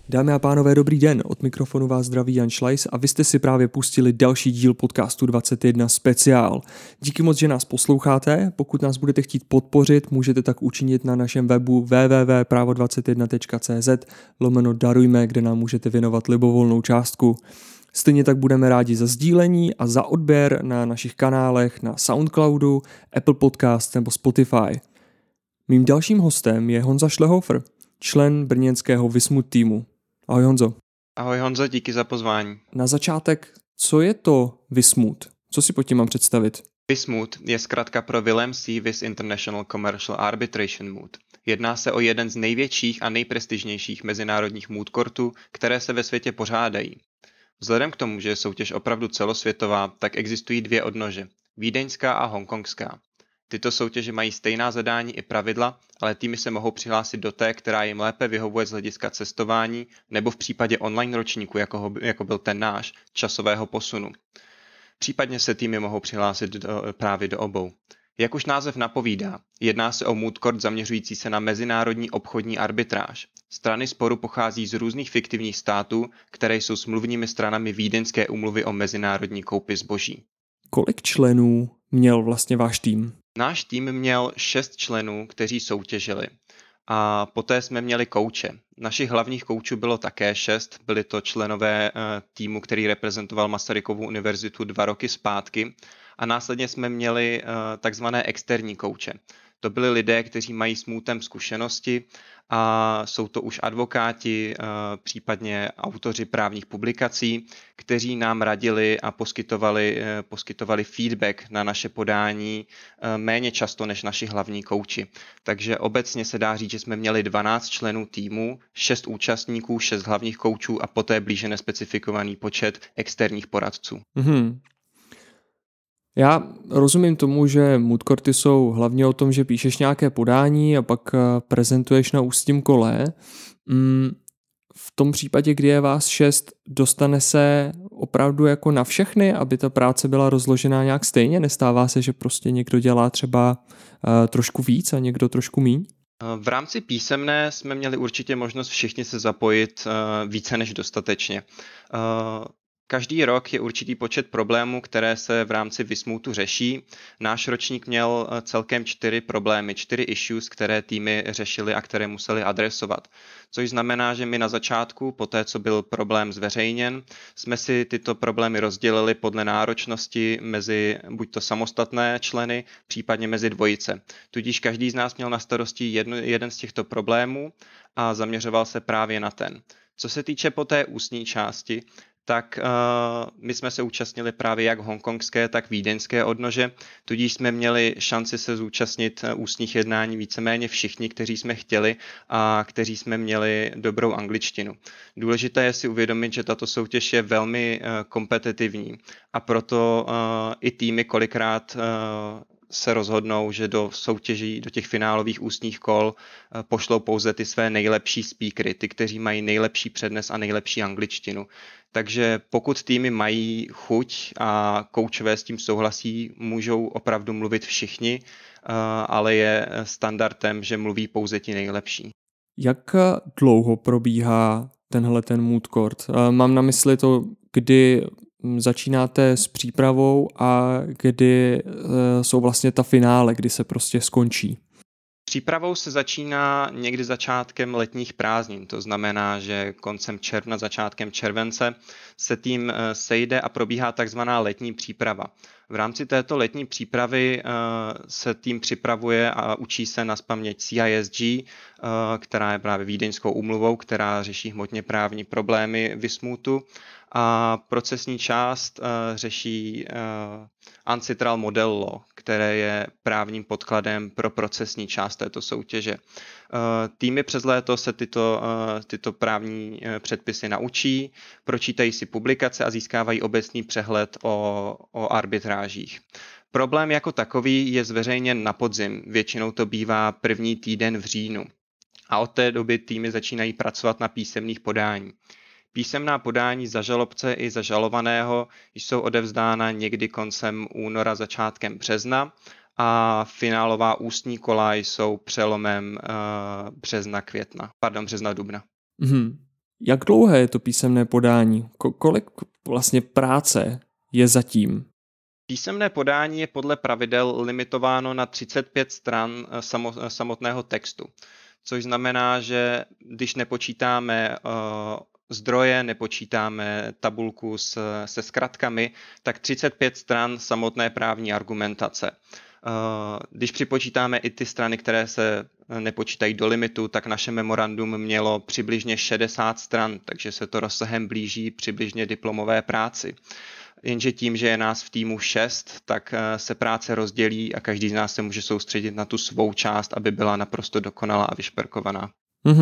Dámy a pánové, dobrý den, od mikrofonu vás zdraví Jan Šlajs a vy jste si právě pustili další díl podcastu 21 speciál. Díky moc, že nás posloucháte, pokud nás budete chtít podpořit, můžete tak učinit na našem webu www.pravo21.cz/darujme, kde nám můžete věnovat libovolnou částku. Stejně tak budeme rádi za sdílení a za odběr na našich kanálech na Soundcloudu, Apple Podcast nebo Spotify. Mým dalším hostem je Honza Šlehofer, člen brněnského Wismut týmu. Ahoj Honzo. Ahoj Honzo, díky za pozvání. Na začátek, co je to Wismut? Co si pod tím mám představit? Wismut je zkratka pro Willem C. Vis International Commercial Arbitration Moot. Jedná se o jeden z největších a nejprestižnějších mezinárodních moot courtů, které se ve světě pořádají. Vzhledem k tomu, že je soutěž opravdu celosvětová, tak existují dvě odnože, vídeňská a hongkongská. Tyto soutěže mají stejná zadání i pravidla, ale týmy se mohou přihlásit do té, která jim lépe vyhovuje z hlediska cestování, nebo v případě online ročníku, jako byl ten náš, časového posunu. Případně se týmy mohou přihlásit právě do obou. Jak už název napovídá, jedná se o moot court zaměřující se na mezinárodní obchodní arbitráž. Strany sporu pochází z různých fiktivních států, které jsou smluvními stranami Vídeňské úmluvy o mezinárodní koupi zboží. Kolik členů měl vlastně váš tým? Náš tým měl 6 členů, kteří soutěžili. A poté jsme měli kouče. Našich hlavních koučů bylo také 6, byli to členové týmu, který reprezentoval Masarykovu univerzitu 2 roky zpátky. A následně jsme měli takzvané externí kouče. To byli lidé, kteří mají s mootem zkušenosti a jsou to už advokáti, případně autoři právních publikací, kteří nám radili a poskytovali feedback na naše podání méně často než naši hlavní kouči. Takže obecně se dá říct, že jsme měli 12 členů týmu, 6 účastníků, 6 hlavních koučů a poté blíže nespecifikovaný počet externích poradců. Mhm. Já rozumím tomu, že moot courty jsou hlavně o tom, že píšeš nějaké podání a pak prezentuješ na ústním kole. V tom případě, kdy je vás 6, dostane se opravdu jako na všechny, aby ta práce byla rozložená nějak stejně? Nestává se, že prostě někdo dělá třeba trošku víc a někdo trošku míň? V rámci písemné jsme měli určitě možnost všichni se zapojit více než dostatečně. Každý rok je určitý počet problémů, které se v rámci Wismutu řeší. Náš ročník měl celkem 4 problémy, 4 issues, které týmy řešily a které museli adresovat. Což znamená, že my na začátku, po té, co byl problém zveřejněn, jsme si tyto problémy rozdělili podle náročnosti mezi buď to samostatné členy, případně mezi dvojice. Tudíž každý z nás měl na starosti jeden z těchto problémů a zaměřoval se právě na ten. Co se týče po té ústní části, tak my jsme se účastnili právě jak hongkongské, tak vídeňské odnože, tudíž jsme měli šanci se zúčastnit ústních jednání víceméně všichni, kteří jsme chtěli a kteří jsme měli dobrou angličtinu. Důležité je si uvědomit, že tato soutěž je velmi kompetitivní a proto i týmy kolikrát se rozhodnou, že do soutěží, do těch finálových ústních kol pošlou pouze ty své nejlepší speakery, ty, kteří mají nejlepší přednes a nejlepší angličtinu. Takže pokud týmy mají chuť a koučové s tím souhlasí, můžou opravdu mluvit všichni, ale je standardem, že mluví pouze ti nejlepší. Jak dlouho probíhá ten moot court? Mám na mysli to, kdy začínáte s přípravou a kdy jsou vlastně ta finále, kdy se prostě skončí. Přípravou se začíná někdy začátkem letních prázdnin, to znamená, že koncem června, začátkem července se tým sejde a probíhá takzvaná letní příprava. V rámci této letní přípravy se tým připravuje a učí se nazpaměť CISG, která je právě vídeňskou úmluvou, která řeší hmotně právní problémy Wismutu. A procesní část řeší Ancitral Model Law, které je právním podkladem pro procesní část této soutěže. Týmy přes léto se tyto právní předpisy naučí, pročítají si publikace a získávají obecný přehled o arbitrážích. Problém jako takový je zveřejněn na podzim, většinou to bývá první týden v říjnu. A od té doby týmy začínají pracovat na písemných podání. Písemná podání za žalobce i za žalovaného jsou odevzdána někdy koncem února, začátkem března a finálová ústní kola jsou přelomem března, dubna. Mm-hmm. Jak dlouhé je to písemné podání? Kolik vlastně práce je zatím? Písemné podání je podle pravidel limitováno na 35 stran samotného textu, což znamená, že když nepočítáme zdroje, nepočítáme tabulku se zkratkami, tak 35 stran samotné právní argumentace. Když připočítáme i ty strany, které se nepočítají do limitu, tak naše memorandum mělo přibližně 60 stran, takže se to rozsahem blíží přibližně diplomové práci. Jenže tím, že je nás v týmu 6, tak se práce rozdělí a každý z nás se může soustředit na tu svou část, aby byla naprosto dokonalá a vyšperkovaná.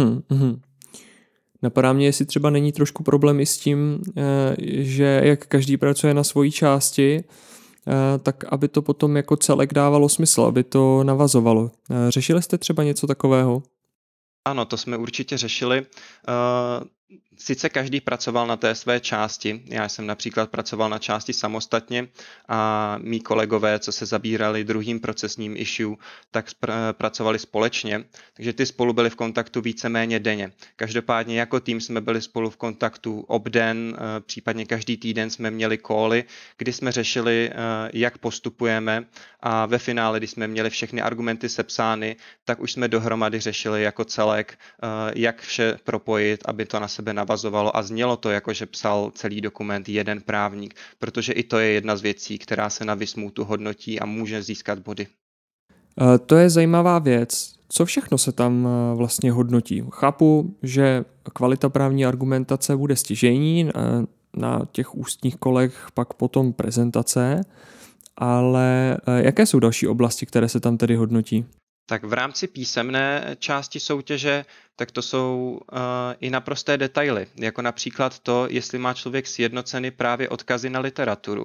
Napadá mě, jestli třeba není trošku problém i s tím, že jak každý pracuje na svojí části, tak aby to potom jako celek dávalo smysl, aby to navazovalo. Řešili jste třeba něco takového? Ano, to jsme určitě řešili. Sice každý pracoval na té své části, já jsem například pracoval na části samostatně a mý kolegové, co se zabírali druhým procesním issue, tak pracovali společně, takže ty spolu byli v kontaktu víceméně denně. Každopádně jako tým jsme byli spolu v kontaktu obden, případně každý týden jsme měli cally, kdy jsme řešili, jak postupujeme a ve finále, když jsme měli všechny argumenty sepsány, tak už jsme dohromady řešili jako celek, jak vše propojit, aby to na sebe navazovalo a znělo to jako, že psal celý dokument jeden právník, protože i to je jedna z věcí, která se na Vismutu hodnotí a může získat body. To je zajímavá věc. Co všechno se tam vlastně hodnotí? Chápu, že kvalita právní argumentace bude stěžejní, na těch ústních kolech pak potom prezentace, ale jaké jsou další oblasti, které se tam tedy hodnotí? Tak v rámci písemné části soutěže, tak to jsou i naprosté detaily, jako například to, jestli má člověk sjednoceny právě odkazy na literaturu.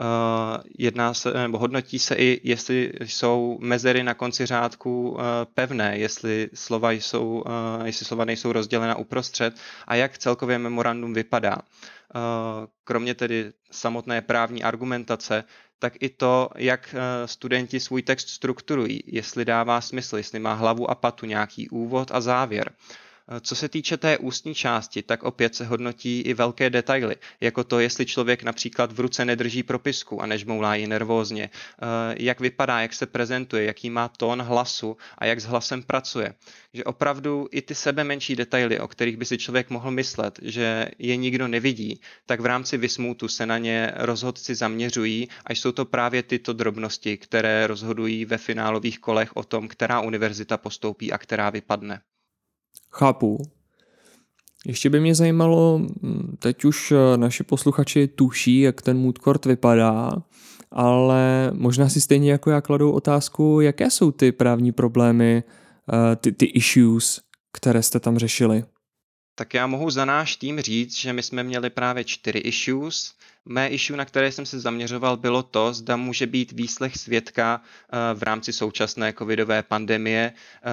Hodnotí se i, jestli jsou mezery na konci řádku pevné, jestli slova nejsou rozdělena uprostřed a jak celkově memorandum vypadá. Kromě tedy samotné právní argumentace, tak i to, jak studenti svůj text strukturují, jestli dává smysl, jestli má hlavu a patu, nějaký úvod a závěr. Co se týče té ústní části, tak opět se hodnotí i velké detaily, jako to, jestli člověk například v ruce nedrží propisku a nežmoulá ji nervózně, jak vypadá, jak se prezentuje, jaký má tón hlasu a jak s hlasem pracuje. Že opravdu i ty sebemenší detaily, o kterých by si člověk mohl myslet, že je nikdo nevidí, tak v rámci Vismutu se na ně rozhodci zaměřují a jsou to právě tyto drobnosti, které rozhodují ve finálových kolech o tom, která univerzita postoupí a která vypadne. Chápu. Ještě by mě zajímalo, teď už naši posluchači tuší, jak ten moot court vypadá, ale možná si stejně jako já kladou otázku, jaké jsou ty právní problémy, ty issues, které jste tam řešili. Tak já mohu za náš tým říct, že my jsme měli právě 4 issues. Mé issue, na které jsem se zaměřoval, bylo to, zda může být výslech svědka v rámci současné covidové pandemie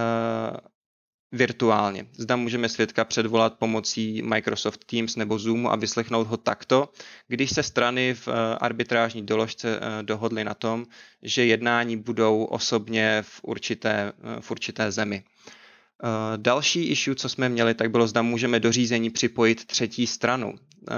virtuálně. Zda můžeme svědka předvolat pomocí Microsoft Teams nebo Zoomu a vyslechnout ho takto, když se strany v arbitrážní doložce dohodly na tom, že jednání budou osobně v určité zemi. Další issue, co jsme měli, tak bylo, zda můžeme do řízení připojit třetí stranu.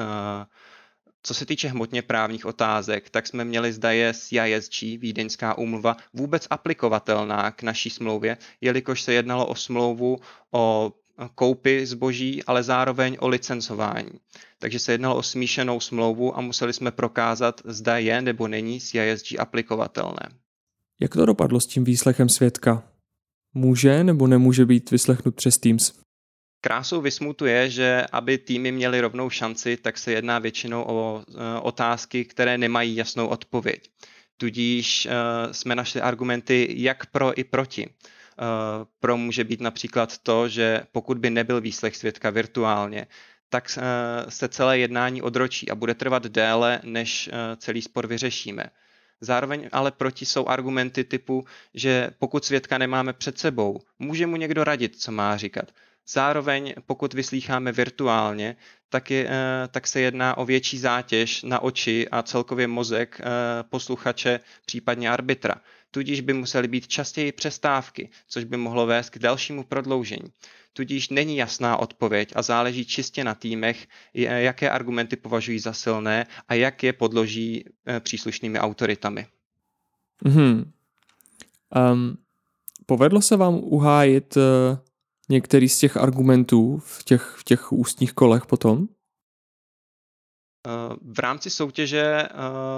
Co se týče hmotně právních otázek, tak jsme měli, zda je CISG, Vídeňská úmluva, vůbec aplikovatelná k naší smlouvě, jelikož se jednalo o smlouvu o koupi zboží, ale zároveň o licencování. Takže se jednalo o smíšenou smlouvu a museli jsme prokázat, zda je nebo není CISG aplikovatelné. Jak to dopadlo s tím výslechem svědka? Může nebo nemůže být vyslechnut přes Teams? Krásou Vismutu je, že aby týmy měly rovnou šanci, tak se jedná většinou o otázky, které nemají jasnou odpověď. Tudíž jsme našli argumenty jak pro i proti. Pro může být například to, že pokud by nebyl výslech svědka virtuálně, tak se celé jednání odročí a bude trvat déle, než celý spor vyřešíme. Zároveň ale proti jsou argumenty typu, že pokud svědka nemáme před sebou, může mu někdo radit, co má říkat. Zároveň, pokud vyslýcháme virtuálně, tak se jedná o větší zátěž na oči a celkově mozek posluchače, případně arbitra. Tudíž by musely být častěji přestávky, což by mohlo vést k dalšímu prodloužení. Tudíž není jasná odpověď a záleží čistě na týmech, jaké argumenty považují za silné a jak je podloží příslušnými autoritami. Povedlo se vám uhájit některý z těch argumentů v těch ústních kolech potom? V rámci soutěže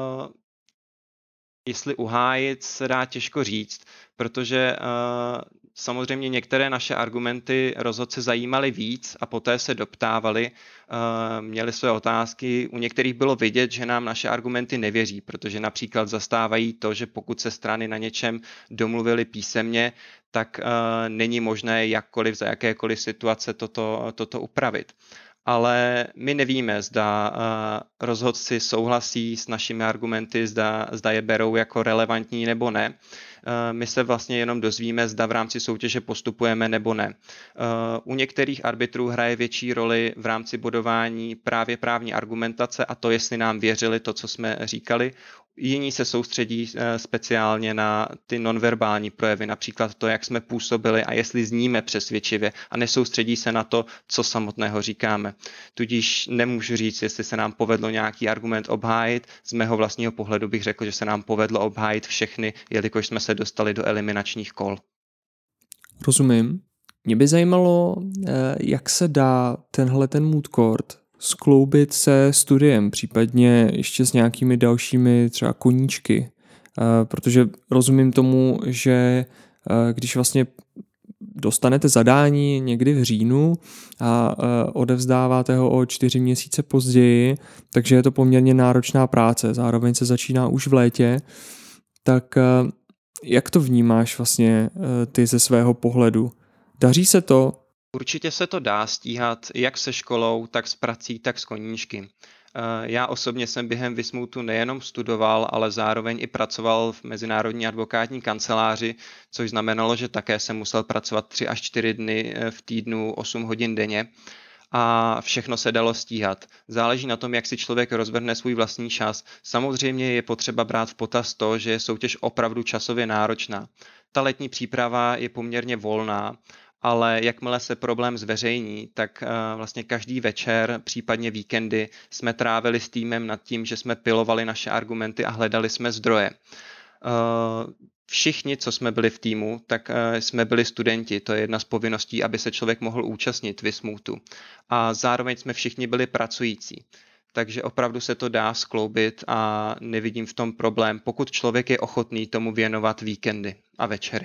jestli uhájit se dá těžko říct, protože samozřejmě některé naše argumenty rozhodce zajímaly víc a poté se doptávali, měli své otázky, u některých bylo vidět, že nám naše argumenty nevěří, protože například zastávají to, že pokud se strany na něčem domluvily písemně, tak není možné jakkoliv za jakékoliv situace toto upravit. Ale my nevíme, zda rozhodci souhlasí s našimi argumenty, zda je berou jako relevantní nebo ne. My se vlastně jenom dozvíme, zda v rámci soutěže postupujeme nebo ne. U některých arbitrů hraje větší roli v rámci bodování právě právní argumentace a to, jestli nám věřili to, co jsme říkali. Jiní se soustředí speciálně na ty nonverbální projevy, například to, jak jsme působili a jestli zníme přesvědčivě a nesoustředí se na to, co samotného říkáme. Tudíž nemůžu říct, jestli se nám povedlo nějaký argument obhájit. Z mého vlastního pohledu bych řekl, že se nám povedlo obhájit všechny, jelikož jsme se dostali do eliminačních kol. Rozumím. Mě by zajímalo, jak se dá ten moot court skloubit se studiem, případně ještě s nějakými dalšími třeba koníčky, protože rozumím tomu, že když vlastně dostanete zadání někdy v říjnu a odevzdáváte ho o 4 měsíce později, takže je to poměrně náročná práce, zároveň se začíná už v létě, tak jak to vnímáš vlastně ty ze svého pohledu? Daří se to? Určitě se to dá stíhat jak se školou, tak s prací, tak s koníčky. Já osobně jsem během Vismootu nejenom studoval, ale zároveň i pracoval v mezinárodní advokátní kanceláři, což znamenalo, že také jsem musel pracovat 3 až 4 dny v týdnu, 8 hodin denně. A všechno se dalo stíhat. Záleží na tom, jak si člověk rozvrhne svůj vlastní čas. Samozřejmě je potřeba brát v potaz to, že je soutěž opravdu časově náročná. Ta letní příprava je poměrně volná, ale jakmile se problém zveřejní, tak vlastně každý večer, případně víkendy, jsme trávili s týmem nad tím, že jsme pilovali naše argumenty a hledali jsme zdroje. Všichni, co jsme byli v týmu, tak jsme byli studenti. To je jedna z povinností, aby se člověk mohl účastnit Vismootu. A zároveň jsme všichni byli pracující. Takže opravdu se to dá skloubit a nevidím v tom problém, pokud člověk je ochotný tomu věnovat víkendy a večery.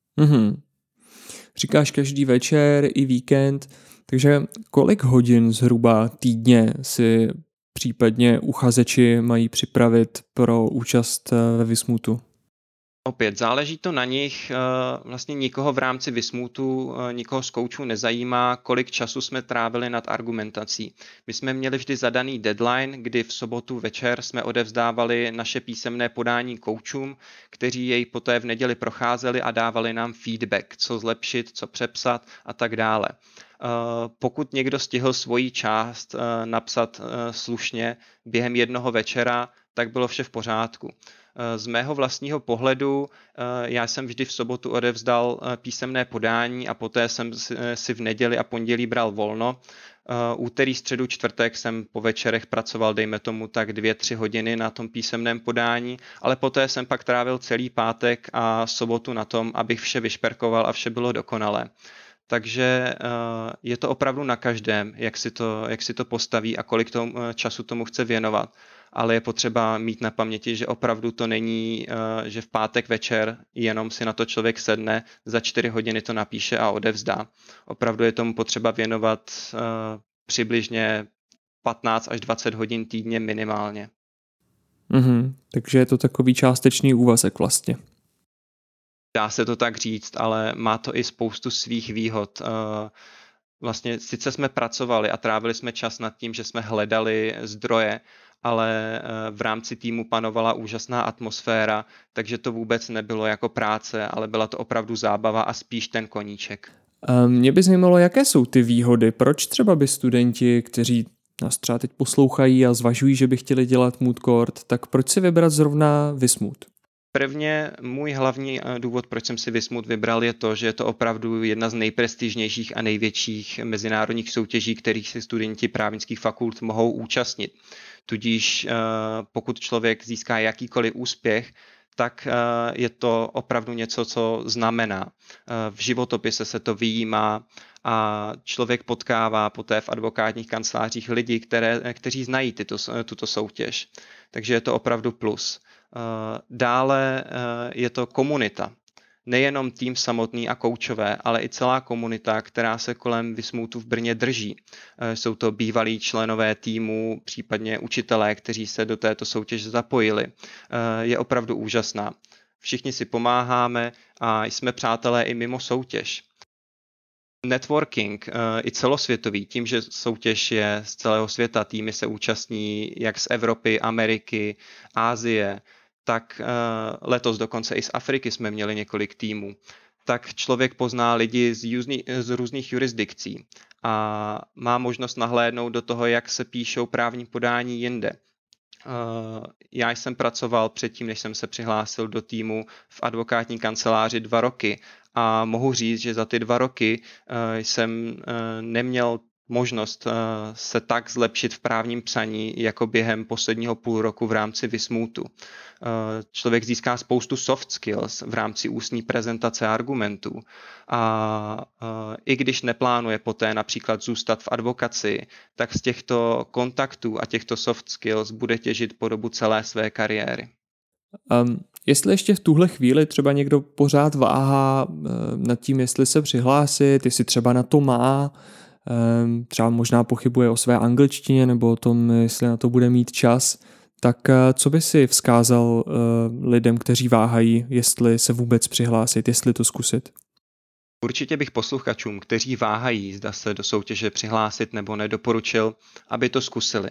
Říkáš každý večer i víkend, takže kolik hodin zhruba týdně si případně uchazeči mají připravit pro účast ve Vismootu? Opět záleží to na nich, vlastně nikoho v rámci Vismootu, nikoho z koučů nezajímá, kolik času jsme trávili nad argumentací. My jsme měli vždy zadaný deadline, kdy v sobotu večer jsme odevzdávali naše písemné podání koučům, kteří jej poté v neděli procházeli a dávali nám feedback, co zlepšit, co přepsat a tak dále. Pokud někdo stihl svoji část napsat slušně během jednoho večera, tak bylo vše v pořádku. Z mého vlastního pohledu já jsem vždy v sobotu odevzdal písemné podání a poté jsem si v neděli a pondělí bral volno. Úterý, středu, čtvrtek jsem po večerech pracoval, dejme tomu tak 2-3 hodiny na tom písemném podání, ale poté jsem pak trávil celý pátek a sobotu na tom, abych vše vyšperkoval a vše bylo dokonalé. Takže je to opravdu na každém, jak si to postaví a kolik času tomu chce věnovat. Ale je potřeba mít na paměti, že opravdu to není, že v pátek večer jenom si na to člověk sedne, za 4 hodiny to napíše a odevzdá. Opravdu je tomu potřeba věnovat přibližně 15 až 20 hodin týdně minimálně. Takže je to takový částečný úvazek vlastně. Dá se to tak říct, ale má to i spoustu svých výhod. Vlastně sice jsme pracovali a trávili jsme čas nad tím, že jsme hledali zdroje, ale v rámci týmu panovala úžasná atmosféra, takže to vůbec nebylo jako práce, ale byla to opravdu zábava a spíš ten koníček. Mě by zajímalo, jaké jsou ty výhody, proč třeba by studenti, kteří nás třeba teď poslouchají a zvažují, že by chtěli dělat moot court, tak proč si vybrat zrovna Vismoot? Prvně můj hlavní důvod, proč jsem si Wismut vybral, je to, že je to opravdu jedna z nejprestižnějších a největších mezinárodních soutěží, kterých si studenti právnických fakult mohou účastnit. Tudíž pokud člověk získá jakýkoliv úspěch, tak je to opravdu něco, co znamená. V životopise se to vyjímá a člověk potkává poté v advokátních kancelářích lidi, kteří znají tuto soutěž. Takže je to opravdu plus. Dále je to komunita. Nejenom tým samotný a koučové, ale i celá komunita, která se kolem Wismutu v Brně drží. Jsou to bývalí členové týmu, případně učitelé, kteří se do této soutěže zapojili. Je opravdu úžasná. Všichni si pomáháme a jsme přátelé i mimo soutěž. Networking i celosvětový, tím, že soutěž je z celého světa, týmy se účastní jak z Evropy, Ameriky, Asie, tak letos dokonce i z Afriky jsme měli několik týmů, tak člověk pozná lidi z různých jurisdikcí a má možnost nahlédnout do toho, jak se píšou právní podání jinde. Já jsem pracoval předtím, než jsem se přihlásil do týmu v advokátní kanceláři 2 roky a mohu říct, že za ty 2 roky jsem neměl možnost se tak zlepšit v právním psaní jako během posledního půl roku v rámci Wismutu. Člověk získá spoustu soft skills v rámci ústní prezentace argumentů a i když neplánuje poté například zůstat v advokaci, tak z těchto kontaktů a těchto soft skills bude těžit po dobu celé své kariéry. Jestli ještě v tuhle chvíli třeba někdo pořád váhá nad tím, jestli se přihlásit, jestli třeba na to má, třeba možná pochybuje o své angličtině nebo o tom, jestli na to bude mít čas, tak co by si vzkázal lidem, kteří váhají, jestli se vůbec přihlásit, jestli to zkusit? Určitě bych posluchačům, kteří váhají, zda se do soutěže přihlásit nebo ne, doporučil, aby to zkusili.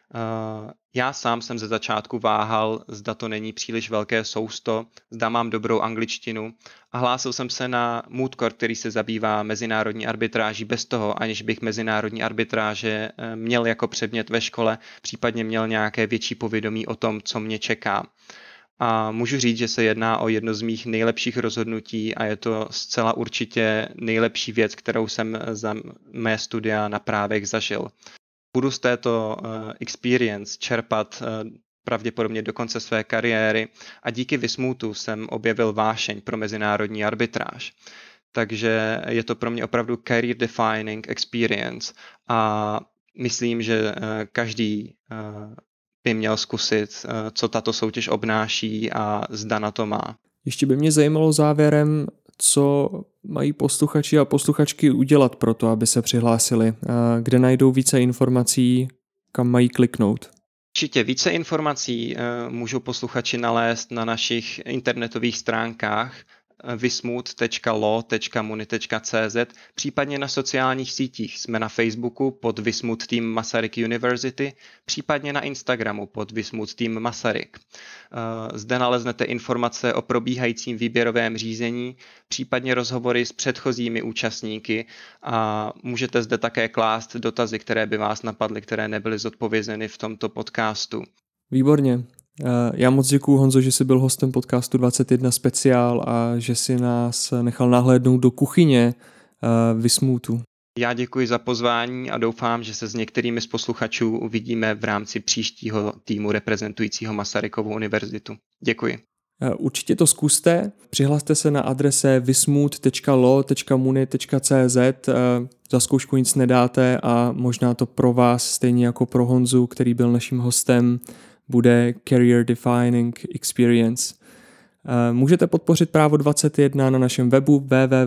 Já sám jsem ze začátku váhal, zda to není příliš velké sousto, zda mám dobrou angličtinu a hlásil jsem se na Moot Court, který se zabývá mezinárodní arbitráží bez toho, aniž bych mezinárodní arbitráže měl jako předmět ve škole, případně měl nějaké větší povědomí o tom, co mě čeká. A můžu říct, že se jedná o jedno z mých nejlepších rozhodnutí a je to zcela určitě nejlepší věc, kterou jsem za mé studia na právech zažil. Budu z této experience čerpat pravděpodobně do konce své kariéry a díky Wismutu jsem objevil vášeň pro mezinárodní arbitráž. Takže je to pro mě opravdu career defining experience a myslím, že každý by měl zkusit, co tato soutěž obnáší a zda na to má. Ještě by mě zajímalo závěrem, co mají posluchači a posluchačky udělat pro to, aby se přihlásili, kde najdou více informací, kam mají kliknout. Určitě více informací můžou posluchači nalézt na našich internetových stránkách wismut.law.muni.cz, případně na sociálních sítích. Jsme na Facebooku pod Wismut Team Masaryk University, případně na Instagramu pod Wismut Team Masaryk. Zde naleznete informace o probíhajícím výběrovém řízení, případně rozhovory s předchozími účastníky a můžete zde také klást dotazy, které by vás napadly, které nebyly zodpovězeny v tomto podcastu. Výborně. Já moc děkuju, Honzo, že jsi byl hostem podcastu 21 speciál a že si nás nechal nahlédnout do kuchyně Wismutu. Já děkuji za pozvání a doufám, že se s některými z posluchačů uvidíme v rámci příštího týmu reprezentujícího Masarykovu univerzitu. Děkuji. Určitě to zkuste. Přihlaste se na adrese wismut.law.muni.cz. Za zkoušku nic nedáte a možná to pro vás, stejně jako pro Honzu, který byl naším hostem, bude Career Defining Experience. Můžete podpořit Právo 21 na našem webu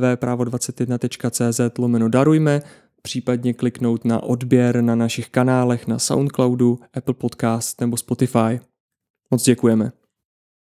www.pravo21.cz/darujme, případně kliknout na odběr na našich kanálech na Soundcloudu, Apple Podcast nebo Spotify. Moc děkujeme.